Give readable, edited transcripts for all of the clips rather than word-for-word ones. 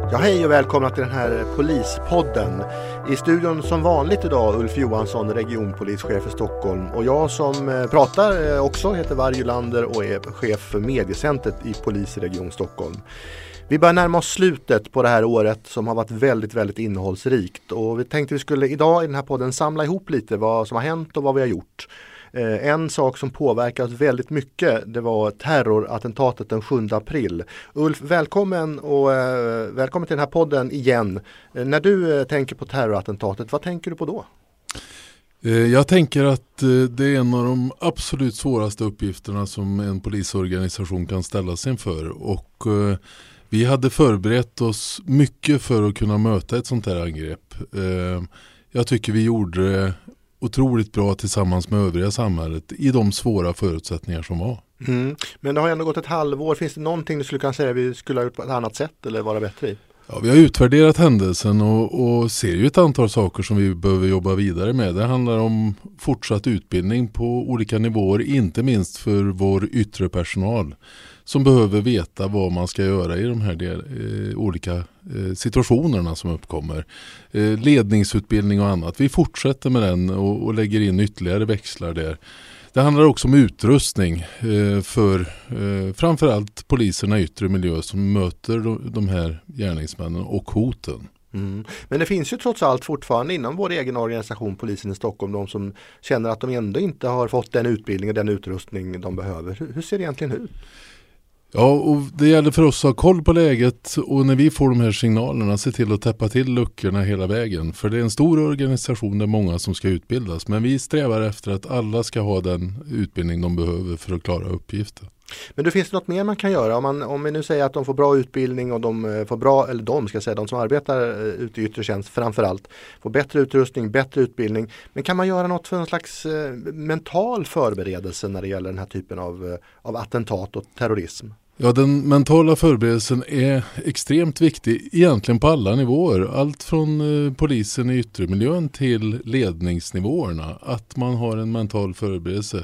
Ja, hej och välkomna till den här polispodden. I studion som vanligt idag Ulf Johansson, regionpolischef i Stockholm. Och jag som pratar också heter Varg Lander och är chef för mediecentret i polisregion Stockholm. Vi börjar närma oss slutet på det här året som har varit väldigt, väldigt innehållsrikt. Och vi tänkte vi skulle idag i den här podden samla ihop lite vad som har hänt och vad vi har gjort. En sak som påverkat väldigt mycket, det var terrorattentatet den 7 april. Ulf, välkommen välkommen till den här podden igen. När du tänker på terrorattentatet, vad tänker du på då? Jag tänker att det är en av de absolut svåraste uppgifterna som en polisorganisation kan ställa sig inför. Och vi hade förberett oss mycket för att kunna möta ett sånt här angrepp. Jag tycker vi gjorde det otroligt bra tillsammans med övriga samhället i de svåra förutsättningar som var. Men det har ändå gått ett halvår. Finns det någonting du skulle kunna säga vi skulle ha gjort på ett annat sätt eller vara bättre i? Ja, vi har utvärderat händelsen och ser ju ett antal saker som vi behöver jobba vidare med. Det handlar om fortsatt utbildning på olika nivåer, inte minst för vår yttre personal som behöver veta vad man ska göra i de här olika situationerna som uppkommer. Ledningsutbildning och annat. Vi fortsätter med den och lägger in ytterligare växlar där. Det handlar också om utrustning för framförallt poliserna i yttre miljö som möter de här gärningsmännen och hoten. Men det finns ju trots allt fortfarande inom vår egen organisation, polisen i Stockholm, de som känner att de ändå inte har fått den utbildning och den utrustning de behöver. Hur ser det egentligen ut? Ja, och det gäller för oss att ha koll på läget och när vi får de här signalerna se till att täppa till luckorna hela vägen. För det är en stor organisation där många som ska utbildas. Men vi strävar efter att alla ska ha den utbildning de behöver för att klara uppgiften. Men det finns något mer man kan göra? Om vi nu säger att de får bra utbildning och de får bra, eller de som arbetar ute i yttre tjänst framförallt, får bättre utrustning, bättre utbildning. Men kan man göra något för en slags mental förberedelse när det gäller den här typen av attentat och terrorism? Ja, den mentala förberedelsen är extremt viktig egentligen på alla nivåer. Allt från polisen i yttre miljön till ledningsnivåerna. Att man har en mental förberedelse.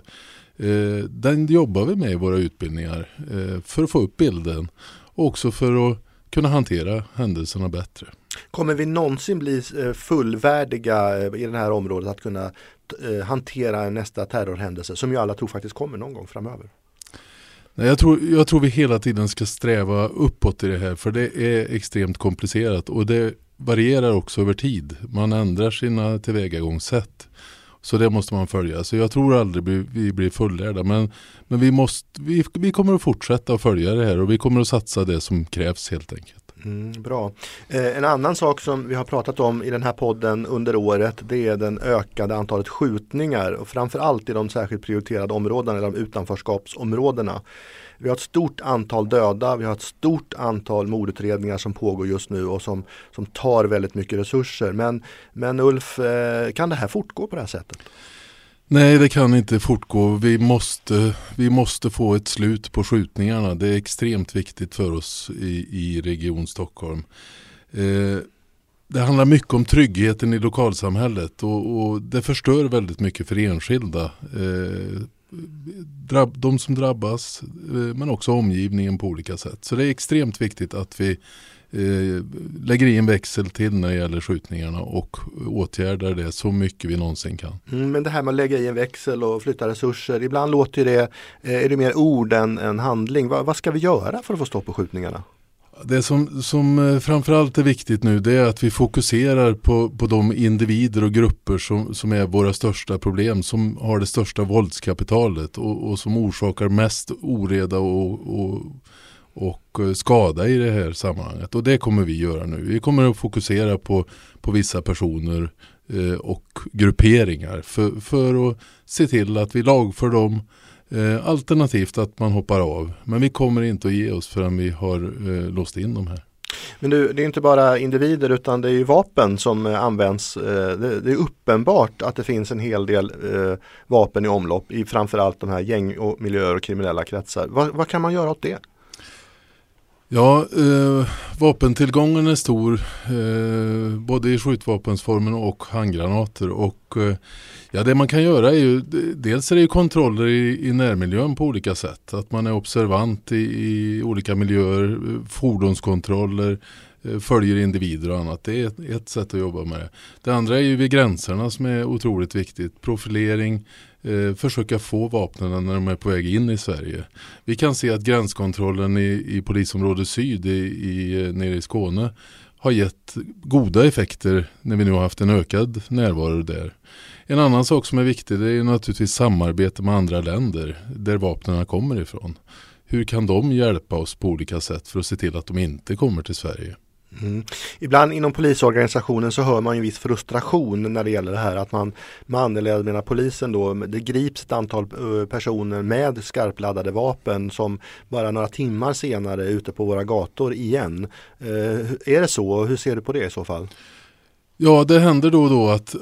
Den jobbar vi med i våra utbildningar för att få upp bilden och också för att kunna hantera händelserna bättre. Kommer vi någonsin bli fullvärdiga i det här området att kunna hantera nästa terrorhändelse som ju alla tror faktiskt kommer någon gång framöver? Nej, jag tror vi hela tiden ska sträva uppåt i det här för det är extremt komplicerat och det varierar också över tid. Man ändrar sina tillvägagångssätt. Så det måste man följa. Så jag tror aldrig vi blir fullärda. Men vi kommer att fortsätta att följa det här och vi kommer att satsa det som krävs helt enkelt. Bra. En annan sak som vi har pratat om i den här podden under året, det är den ökade antalet skjutningar och framförallt i de särskilt prioriterade områdena, eller de utanförskapsområdena. Vi har ett stort antal döda, vi har ett stort antal mordutredningar som pågår just nu och som tar väldigt mycket resurser. Men Ulf, kan det här fortgå på det här sättet? Nej, det kan inte fortgå. Vi måste få ett slut på skjutningarna. Det är extremt viktigt för oss i Region Stockholm. Det handlar mycket om tryggheten i lokalsamhället och det förstör väldigt mycket för enskilda. De som drabbas men också omgivningen på olika sätt. Så det är extremt viktigt att vi lägger in växel till när det gäller skjutningarna och åtgärdar det så mycket vi någonsin kan. Men det här med att lägga i en växel och flytta resurser, ibland låter det, är det mer ord än handling. Vad ska vi göra för att få stopp på skjutningarna? Det som framförallt är viktigt nu det är att vi fokuserar på de individer och grupper som är våra största problem, som har det största våldskapitalet och som orsakar mest oreda och skada i det här sammanhanget. Och det kommer vi göra nu. Vi kommer att fokusera på vissa personer och grupperingar för att se till att vi lagför dem. Alternativt att man hoppar av. Men vi kommer inte att ge oss förrän vi har låst in dem här. Men det är inte bara individer utan det är ju vapen som används. Det är uppenbart att det finns en hel del vapen i omlopp i framförallt de här gäng- och miljöer och kriminella kretsar. Vad kan man göra åt det? Ja, vapentillgången är stor både i skjutvapensformen och handgranater och det man kan göra är ju dels är det ju kontroller i närmiljön på olika sätt, att man är observant i olika miljöer, fordonskontroller, följer individer och annat. Det är ett sätt att jobba med det. Det andra är ju vid gränserna som är otroligt viktigt. Profilering, försöka få vapnen när de är på väg in i Sverige. Vi kan se att gränskontrollen i polisområde syd nere i Skåne har gett goda effekter när vi nu har haft en ökad närvaro där. En annan sak som är viktig, det är naturligtvis samarbete med andra länder där vapnen kommer ifrån. Hur kan de hjälpa oss på olika sätt för att se till att de inte kommer till Sverige? Mm. Ibland inom polisorganisationen så hör man ju en viss frustration när det gäller det här att eller menar polisen då, det grips ett antal personer med skarpladdade vapen som bara några timmar senare är ute på våra gator igen. Är det så? Hur ser du på det i så fall? Ja, det händer då att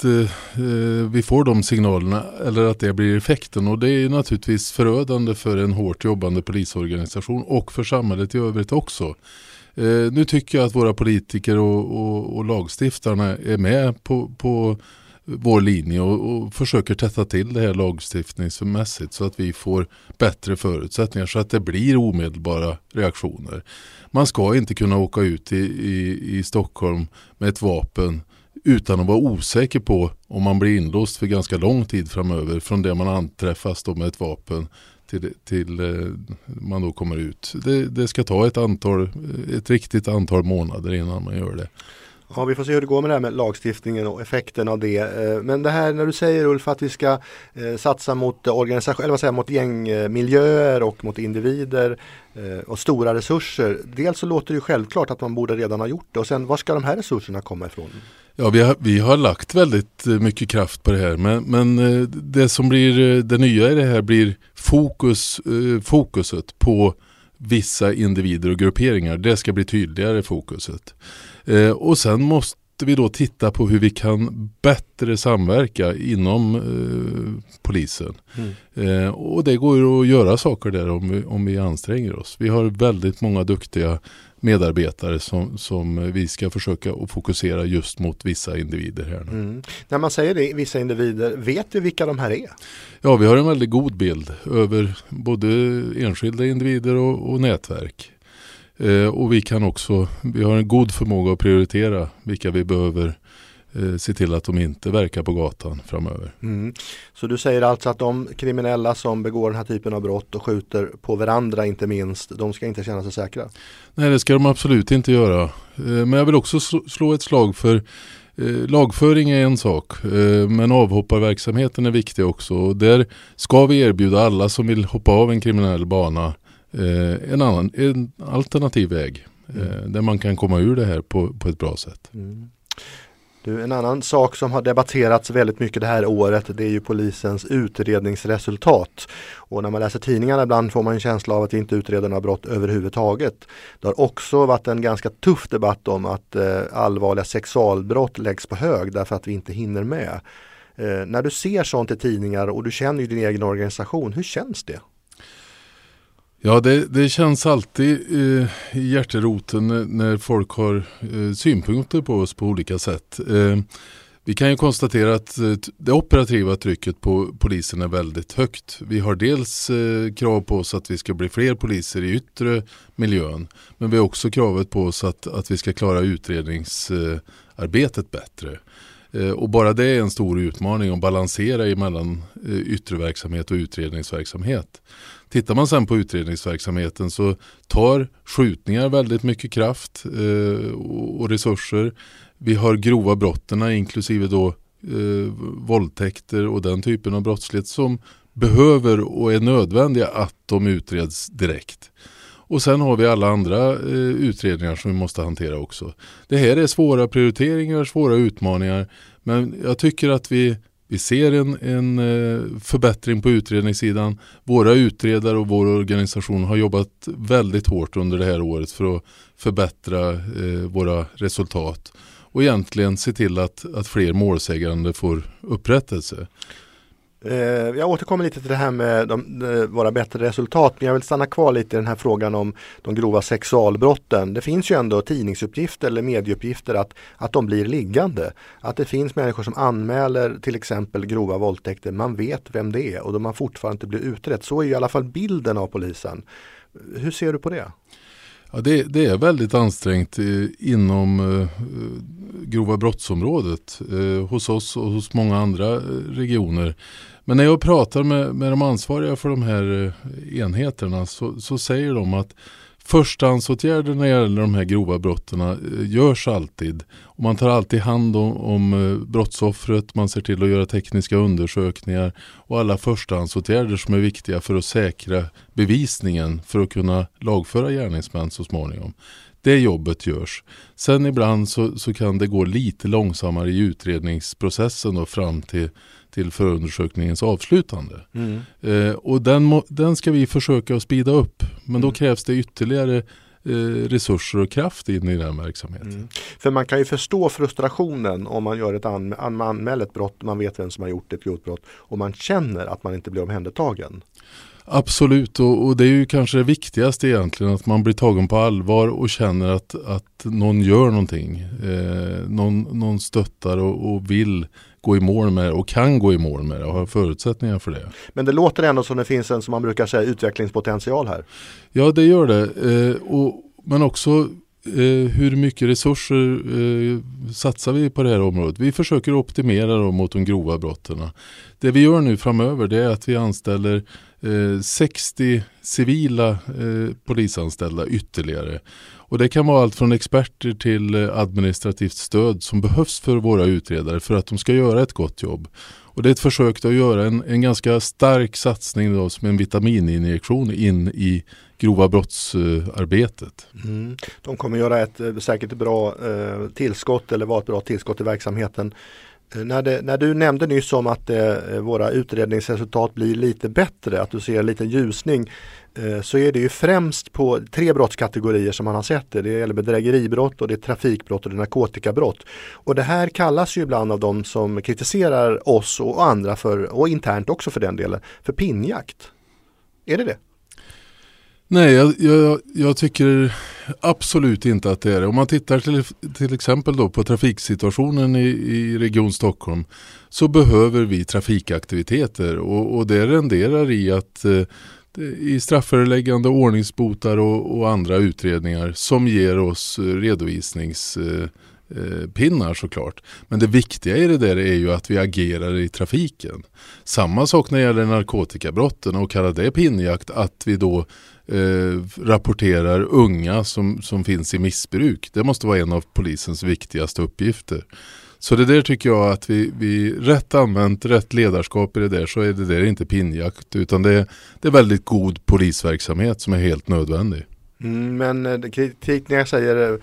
vi får de signalerna eller att det blir effekten, och det är naturligtvis förödande för en hårt jobbande polisorganisation och för samhället i övrigt också. Nu tycker jag att våra politiker och lagstiftarna är med på vår linje och försöker tätta till det här lagstiftningsmässigt så att vi får bättre förutsättningar så att det blir omedelbara reaktioner. Man ska inte kunna åka ut i Stockholm med ett vapen utan att vara osäker på om man blir inlåst för ganska lång tid framöver från det man anträffas då med ett vapen till man då kommer ut. Det ska ta ett riktigt antal månader innan man gör det. Ja, vi får se hur det går med det här med lagstiftningen och effekten av det. Men det här när du säger, Ulf, att vi ska satsa mot organisation, eller vad säger, mot gängmiljöer och mot individer och stora resurser. Dels så låter det självklart att man borde redan ha gjort det, och sen var ska de här resurserna komma ifrån? Ja, vi har lagt väldigt mycket kraft på det här, men det som blir det nya i det här blir fokuset på vissa individer och grupperingar. Det ska bli tydligare fokuset. Och sen måste vi då titta på hur vi kan bättre samverka inom polisen. Och det går ju att göra saker där om vi anstränger oss. Vi har väldigt många duktiga medarbetare som vi ska försöka att fokusera just mot vissa individer här nu. När man säger det, vissa individer, vet du vilka de här är? Ja, vi har en väldigt god bild över både enskilda individer och nätverk. Och vi har en god förmåga att prioritera vilka vi behöver se till att de inte verkar på gatan framöver. Så du säger alltså att de kriminella som begår den här typen av brott och skjuter på varandra inte minst, de ska inte känna sig säkra? Nej, det ska de absolut inte göra. Men jag vill också slå ett slag för lagföring är en sak, men avhopparverksamheten är viktig också. Och där ska vi erbjuda alla som vill hoppa av en kriminell bana en alternativ väg där man kan komma ur det här på ett bra sätt. Du, en annan sak som har debatterats väldigt mycket det här året, det är ju polisens utredningsresultat. Och när man läser tidningarna ibland får man en känsla av att vi inte utreder några brott överhuvudtaget. Det har också varit en ganska tuff debatt om att allvarliga sexualbrott läggs på hög därför att vi inte hinner med. När du ser sånt i tidningar och du känner ju din egen organisation, hur känns det? Ja, det känns alltid i hjärteroten när folk har synpunkter på oss på olika sätt. Vi kan ju konstatera att det operativa trycket på polisen är väldigt högt. Vi har dels krav på oss att vi ska bli fler poliser i yttre miljön, men vi har också kravet på oss att vi ska klara utredningsarbetet bättre. Och bara det är en stor utmaning att balansera mellan yttre verksamhet och utredningsverksamhet. Tittar man sen på utredningsverksamheten så tar skjutningar väldigt mycket kraft och resurser. Vi har grova brotterna inklusive då våldtäkter och den typen av brottslighet som behöver och är nödvändiga att de utreds direkt. Och sen har vi alla andra utredningar som vi måste hantera också. Det här är svåra prioriteringar, svåra utmaningar, men jag tycker att vi ser en förbättring på utredningssidan. Våra utredare och vår organisation har jobbat väldigt hårt under det här året för att förbättra våra resultat och egentligen se till att fler målsägande får upprättelse. Jag återkommer lite till det här med våra bättre resultat, men jag vill stanna kvar lite i den här frågan om de grova sexualbrotten. Det finns ju ändå tidningsuppgifter eller medieuppgifter att de blir liggande. Att det finns människor som anmäler till exempel grova våldtäkter. Man vet vem det är och de har fortfarande inte blivit utrett. Så är ju i alla fall bilden av polisen. Hur ser du på det? Ja, det är väldigt ansträngt inom grova brottsområdet hos oss och hos många andra regioner. Men när jag pratar med de ansvariga för de här enheterna så säger de att förstahandsåtgärder när det gäller de här grova brotterna görs alltid. Och man tar alltid hand om brottsoffret, man ser till att göra tekniska undersökningar och alla förstahandsåtgärder som är viktiga för att säkra bevisningen för att kunna lagföra gärningsmän så småningom. Det jobbet görs. Sen ibland så kan det gå lite långsammare i utredningsprocessen då fram till förundersökningens avslutande. Och den ska vi försöka att speeda upp. Men då krävs det ytterligare resurser och kraft in i den verksamheten. För man kan ju förstå frustrationen om man gör man anmäler ett brott, man vet vem som har gjort ett pilotbrott och man känner att man inte blir omhändertagen. Absolut, och det är ju kanske det viktigaste egentligen, att man blir tagen på allvar och känner att någon gör någonting. Någon stöttar och vill gå i mål med det och kan gå i mål med det och har förutsättningar för det. Men det låter ändå som det finns en, som man brukar säga, utvecklingspotential här. Ja, det gör det. Men också hur mycket resurser satsar vi på det här området? Vi försöker optimera dem mot de grova brotten. Det vi gör nu framöver, det är att vi anställer 60 civila polisanställda ytterligare. Och det kan vara allt från experter till administrativt stöd som behövs för våra utredare för att de ska göra ett gott jobb. Och det är ett försök att göra en ganska stark satsning då, som en vitamininjektion in i grova brottsarbetet. De kommer göra ett säkert bra tillskott, eller vara ett bra tillskott i verksamheten. När du nämnde nyss om att våra utredningsresultat blir lite bättre, att du ser en liten ljusning, så är det ju främst på 3 brottskategorier som man har sett det. Det gäller bedrägeribrott och det är trafikbrott och det är narkotikabrott. Och det här kallas ju ibland av de som kritiserar oss och andra och internt också för den delen, för pinnjakt. Är det det? Nej, jag tycker absolut inte att det är det. Om man tittar till exempel då på trafiksituationen i Region Stockholm, så behöver vi trafikaktiviteter och det renderar i att i strafföreläggande, ordningsbotar och andra utredningar som ger oss redovisningspinnar såklart. Men det viktiga i det där är ju att vi agerar i trafiken. Samma sak när det gäller narkotikabrotten, och kallar det pinnjakt, att vi då rapporterar unga som finns i missbruk. Det måste vara en av polisens viktigaste uppgifter. Så det där tycker jag att vi rätt använt, rätt ledarskap i det där, så är det där inte pinnjakt, utan det är väldigt god polisverksamhet som är helt nödvändig. Men kritik när jag säger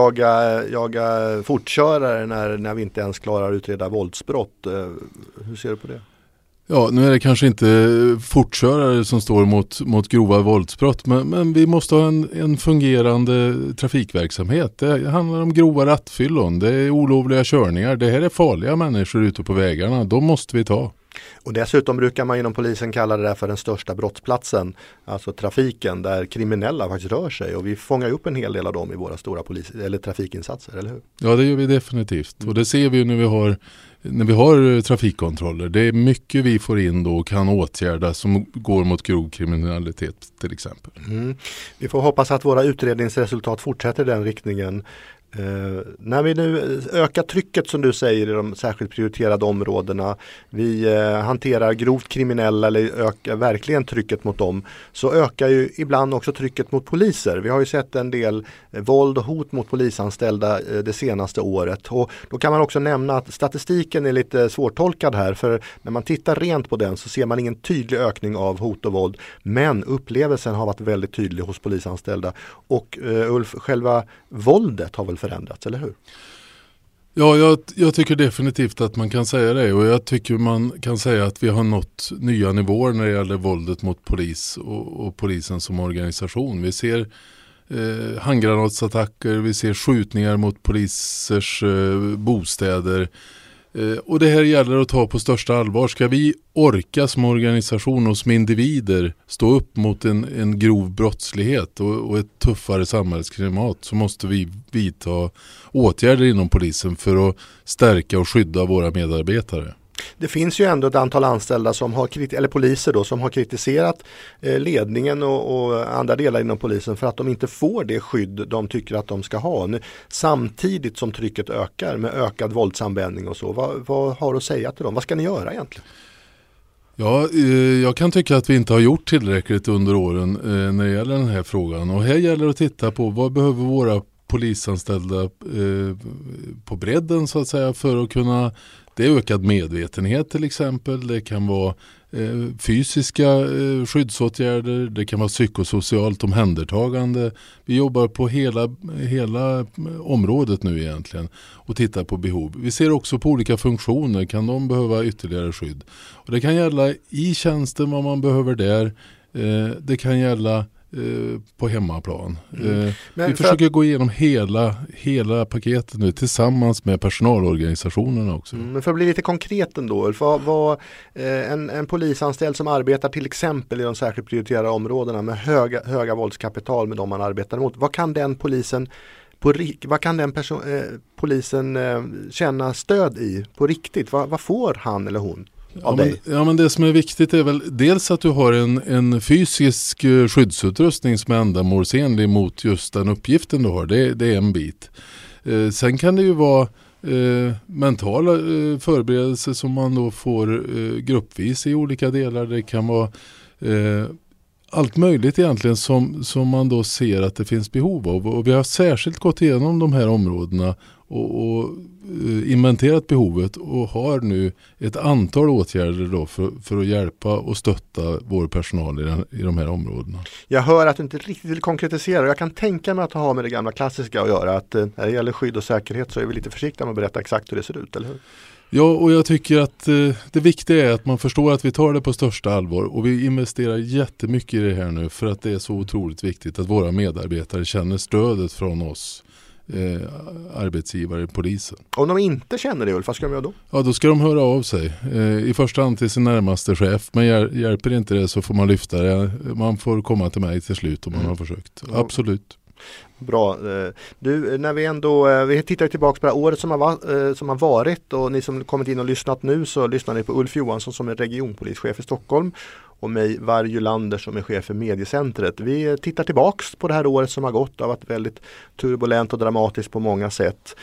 jaga fortkörare när vi inte ens klarar att utreda våldsbrott. Hur ser du på det? Ja, nu är det kanske inte fortkörare som står mot grova våldsbrott, men vi måste ha en fungerande trafikverksamhet. Det handlar om grova rattfyllon, det är olovliga körningar, det här är farliga människor ute på vägarna, de måste vi ta. Och dessutom brukar man inom polisen kalla det där för den största brottsplatsen, alltså trafiken, där kriminella faktiskt rör sig, och vi fångar upp en hel del av dem i våra stora eller trafikinsatser, eller hur? Ja, det gör vi definitivt, och det ser vi ju när vi har trafikkontroller. Det är mycket vi får in då och kan åtgärda som går mot grov kriminalitet till exempel. Vi får hoppas att våra utredningsresultat fortsätter i den riktningen. När vi nu ökar trycket, som du säger, i de särskilt prioriterade områdena, vi hanterar grovt kriminella eller ökar verkligen trycket mot dem, så ökar ju ibland också trycket mot poliser. Vi har ju sett en del våld och hot mot polisanställda det senaste året, och då kan man också nämna att statistiken är lite svårtolkad här, för när man tittar rent på den så ser man ingen tydlig ökning av hot och våld, men upplevelsen har varit väldigt tydlig hos polisanställda, och Ulf, själva våldet har väl förändrats, eller hur? Ja, jag tycker definitivt att man kan säga det, och jag tycker man kan säga att vi har nått nya nivåer när det gäller våldet mot polis och polisen som organisation. Vi ser handgranatsattacker, vi ser skjutningar mot polisers bostäder, och det här gäller att ta på största allvar. Ska vi orka som organisation och som individer stå upp mot en grov brottslighet och ett tuffare samhällsklimat, så måste vi vidta åtgärder inom polisen för att stärka och skydda våra medarbetare. Det finns ju ändå ett antal anställda som har eller poliser då, som har kritiserat ledningen och andra delar inom polisen för att de inte får det skydd de tycker att de ska ha. Nu, samtidigt som trycket ökar med ökad våldsanvändning och så. Vad har du att säga till dem? Vad ska ni göra egentligen? Ja, jag kan tycka att vi inte har gjort tillräckligt under åren när det gäller den här frågan. Och här gäller det att titta på vad behöver våra polisanställda på bredden så att säga för att kunna, det är ökad medvetenhet till exempel, det kan vara fysiska skyddsåtgärder, det kan vara psykosocialt omhändertagande. Vi jobbar på hela området nu egentligen och tittar på behov. Vi ser också på olika funktioner, kan de behöva ytterligare skydd? Och det kan gälla i tjänsten vad man behöver där, det kan gälla på hemmaplan. Vi försöker gå igenom hela paketet nu tillsammans med personalorganisationerna också. Men för att bli lite konkret ändå, Ulf, en polisanställd som arbetar till exempel i de särskilt prioriterade områdena med höga våldskapital med de man arbetar mot, vad kan den polisen polisen känna stöd i på riktigt? Vad får han eller hon? Men det som är viktigt är väl dels att du har en fysisk skyddsutrustning som är ändamålsenlig mot just den uppgiften du har. Det är en bit. Sen kan det ju vara mentala förberedelser som man då får gruppvis i olika delar. Det kan vara allt möjligt egentligen som man då ser att det finns behov av. Och vi har särskilt gått igenom de här områdena och inventerat behovet och har nu ett antal åtgärder då för att hjälpa och stötta vår personal i de här områdena. Jag hör att du inte riktigt vill konkretisera. Jag kan tänka mig att det har med det gamla klassiska att göra. Att när det gäller skydd och säkerhet så är vi lite försiktiga med att berätta exakt hur det ser ut, eller hur? Ja, och jag tycker att det viktiga är att man förstår att vi tar det på största allvar och vi investerar jättemycket i det här nu för att det är så otroligt viktigt att våra medarbetare känner stödet från oss arbetsgivare, polisen. Om de inte känner det, Ulf, vad ska de göra då? Ja, då ska de höra av sig. I första hand till sin närmaste chef, men hjälper inte det så får man lyfta det. Man får komma till mig till slut om man har försökt. Ja. Absolut. Bra. Du, när vi tittar tillbaka på det här året som har varit och ni som kommit in och lyssnat nu så lyssnar ni på Ulf Johansson som är regionpolischef i Stockholm och mig, Varg Lander, som är chef för Mediecentret. Vi tittar tillbaks på det här året som har gått. Det har varit väldigt turbulent och dramatiskt på många sätt.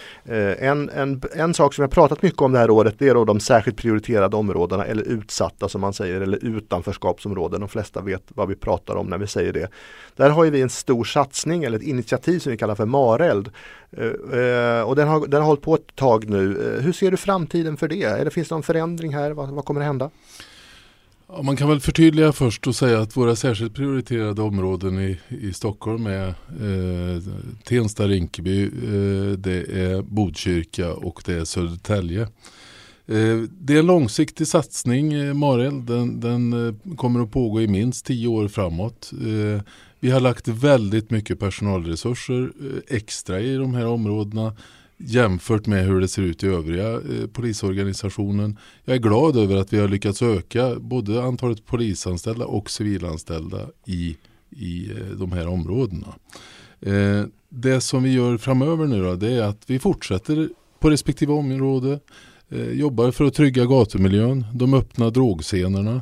En sak som vi har pratat mycket om det här året, det är då de särskilt prioriterade områdena eller utsatta som man säger, eller utanförskapsområden. De flesta vet vad vi pratar om när vi säger det. Där har vi en stor satsning eller ett initiativ som vi kallar för Mareld. Och den har hållit på ett tag nu. Hur ser du framtiden för det? Eller finns det någon förändring här? Vad kommer att hända? Ja, man kan väl förtydliga först och säga att våra särskilt prioriterade områden i Stockholm är Tensta, Rinkeby, det är Botkyrka och det är Södertälje. Det är en långsiktig satsning, Mareld. Den kommer att pågå i minst 10 år framåt. Vi har lagt väldigt mycket personalresurser extra i de här områdena jämfört med hur det ser ut i övriga polisorganisationen. Jag är glad över att vi har lyckats öka både antalet polisanställda och civilanställda i de här områdena. Det som vi gör framöver nu då, det är att vi fortsätter på respektive område, jobbar för att trygga gatumiljön, de öppna drogscenerna,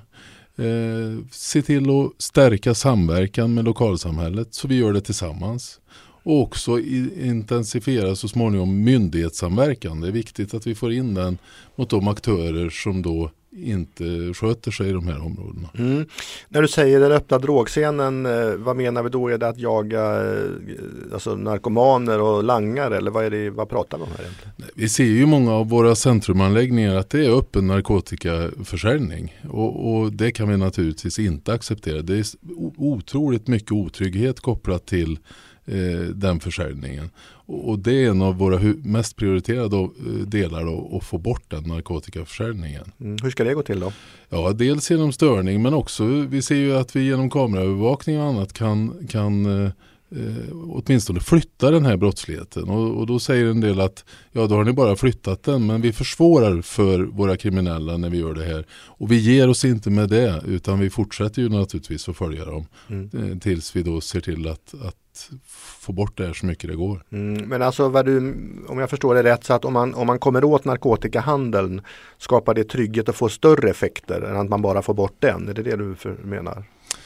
se till att stärka samverkan med lokalsamhället så vi gör det tillsammans. Och också intensifiera så småningom myndighetssamverkan. Det är viktigt att vi får in den mot de aktörer som då inte sköter sig i de här områdena. När du säger den öppna drogscenen, vad menar vi då? Är det att jaga narkomaner och langare eller vad pratar vi om här egentligen? Vi ser ju många av våra centrumanläggningar att det är öppen narkotikaförsäljning och det kan vi naturligtvis inte acceptera. Det är otroligt mycket otrygghet kopplat till den försäljningen. Och det är en av våra mest prioriterade delar då, att få bort den narkotikaförsäljningen. Hur ska det gå till då? Ja, dels genom störning men också vi ser ju att vi genom kameraövervakning och annat kan åtminstone flytta den här brottsligheten. Och då säger en del att ja, då har ni bara flyttat den, men vi försvårar för våra kriminella när vi gör det här. Och vi ger oss inte med det, utan vi fortsätter ju naturligtvis att följa dem tills vi då ser till att få bort det här så mycket det går. Men alltså om jag förstår det rätt, så att om man kommer åt narkotikahandeln, skapar det trygghet och får större effekter än att man bara får bort den? Är det det du menar?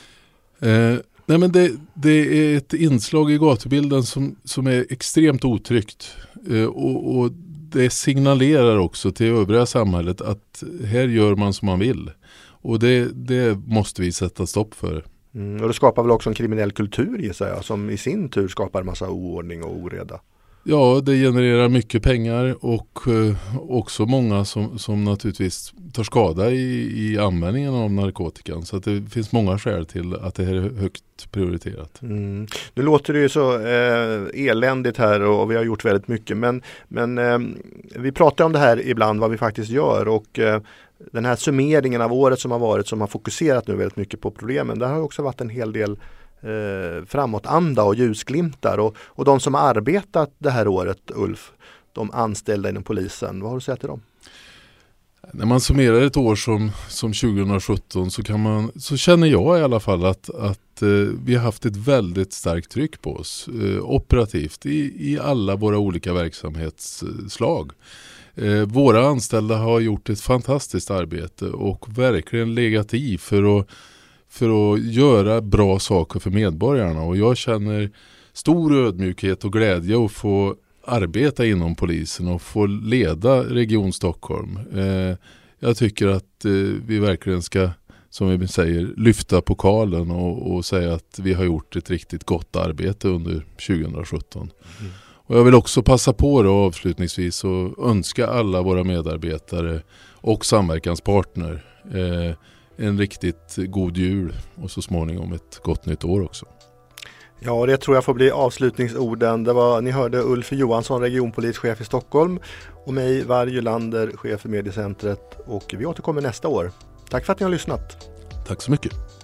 Nej, men det är ett inslag i gatubilden som är extremt otryggt. Och det signalerar också till övriga samhället att här gör man som man vill. Och det måste vi sätta stopp för. Och det skapar väl också en kriminell kultur, gissar jag, som i sin tur skapar en massa oordning och oreda. Ja, det genererar mycket pengar och också många som naturligtvis tar skada i användningen av narkotikan. Så att det finns många skäl till att det här är högt prioriterat. Nu låter det ju så eländigt här och vi har gjort väldigt mycket. Men vi pratar om det här ibland, vad vi faktiskt gör, och den här summeringen av året som har fokuserat nu väldigt mycket på problemen. Där har också varit en hel del framåtanda och ljusglimtar, och de som har arbetat det här året, Ulf, de anställda inom polisen, vad har du att säga till dem? När man summerar ett år som 2017 så känner jag i alla fall att vi har haft ett väldigt starkt tryck på oss operativt i alla våra olika verksamhetsslag. Våra anställda har gjort ett fantastiskt arbete och verkligen legat i för att göra bra saker för medborgarna, och jag känner stor ödmjukhet och glädje att få arbeta inom polisen och få leda Region Stockholm. Jag tycker att vi verkligen ska, som vi säger, lyfta pokalen och säga att vi har gjort ett riktigt gott arbete under 2017. Och jag vill också passa på då avslutningsvis och önska alla våra medarbetare och samverkanspartner en riktigt god jul och så småningom ett gott nytt år också. Ja, det tror jag får bli avslutningsorden. Ni hörde Ulf Johansson, regionpolischef i Stockholm, och mig, Varg Ylander, chef för Mediecentret, och vi återkommer nästa år. Tack för att ni har lyssnat. Tack så mycket.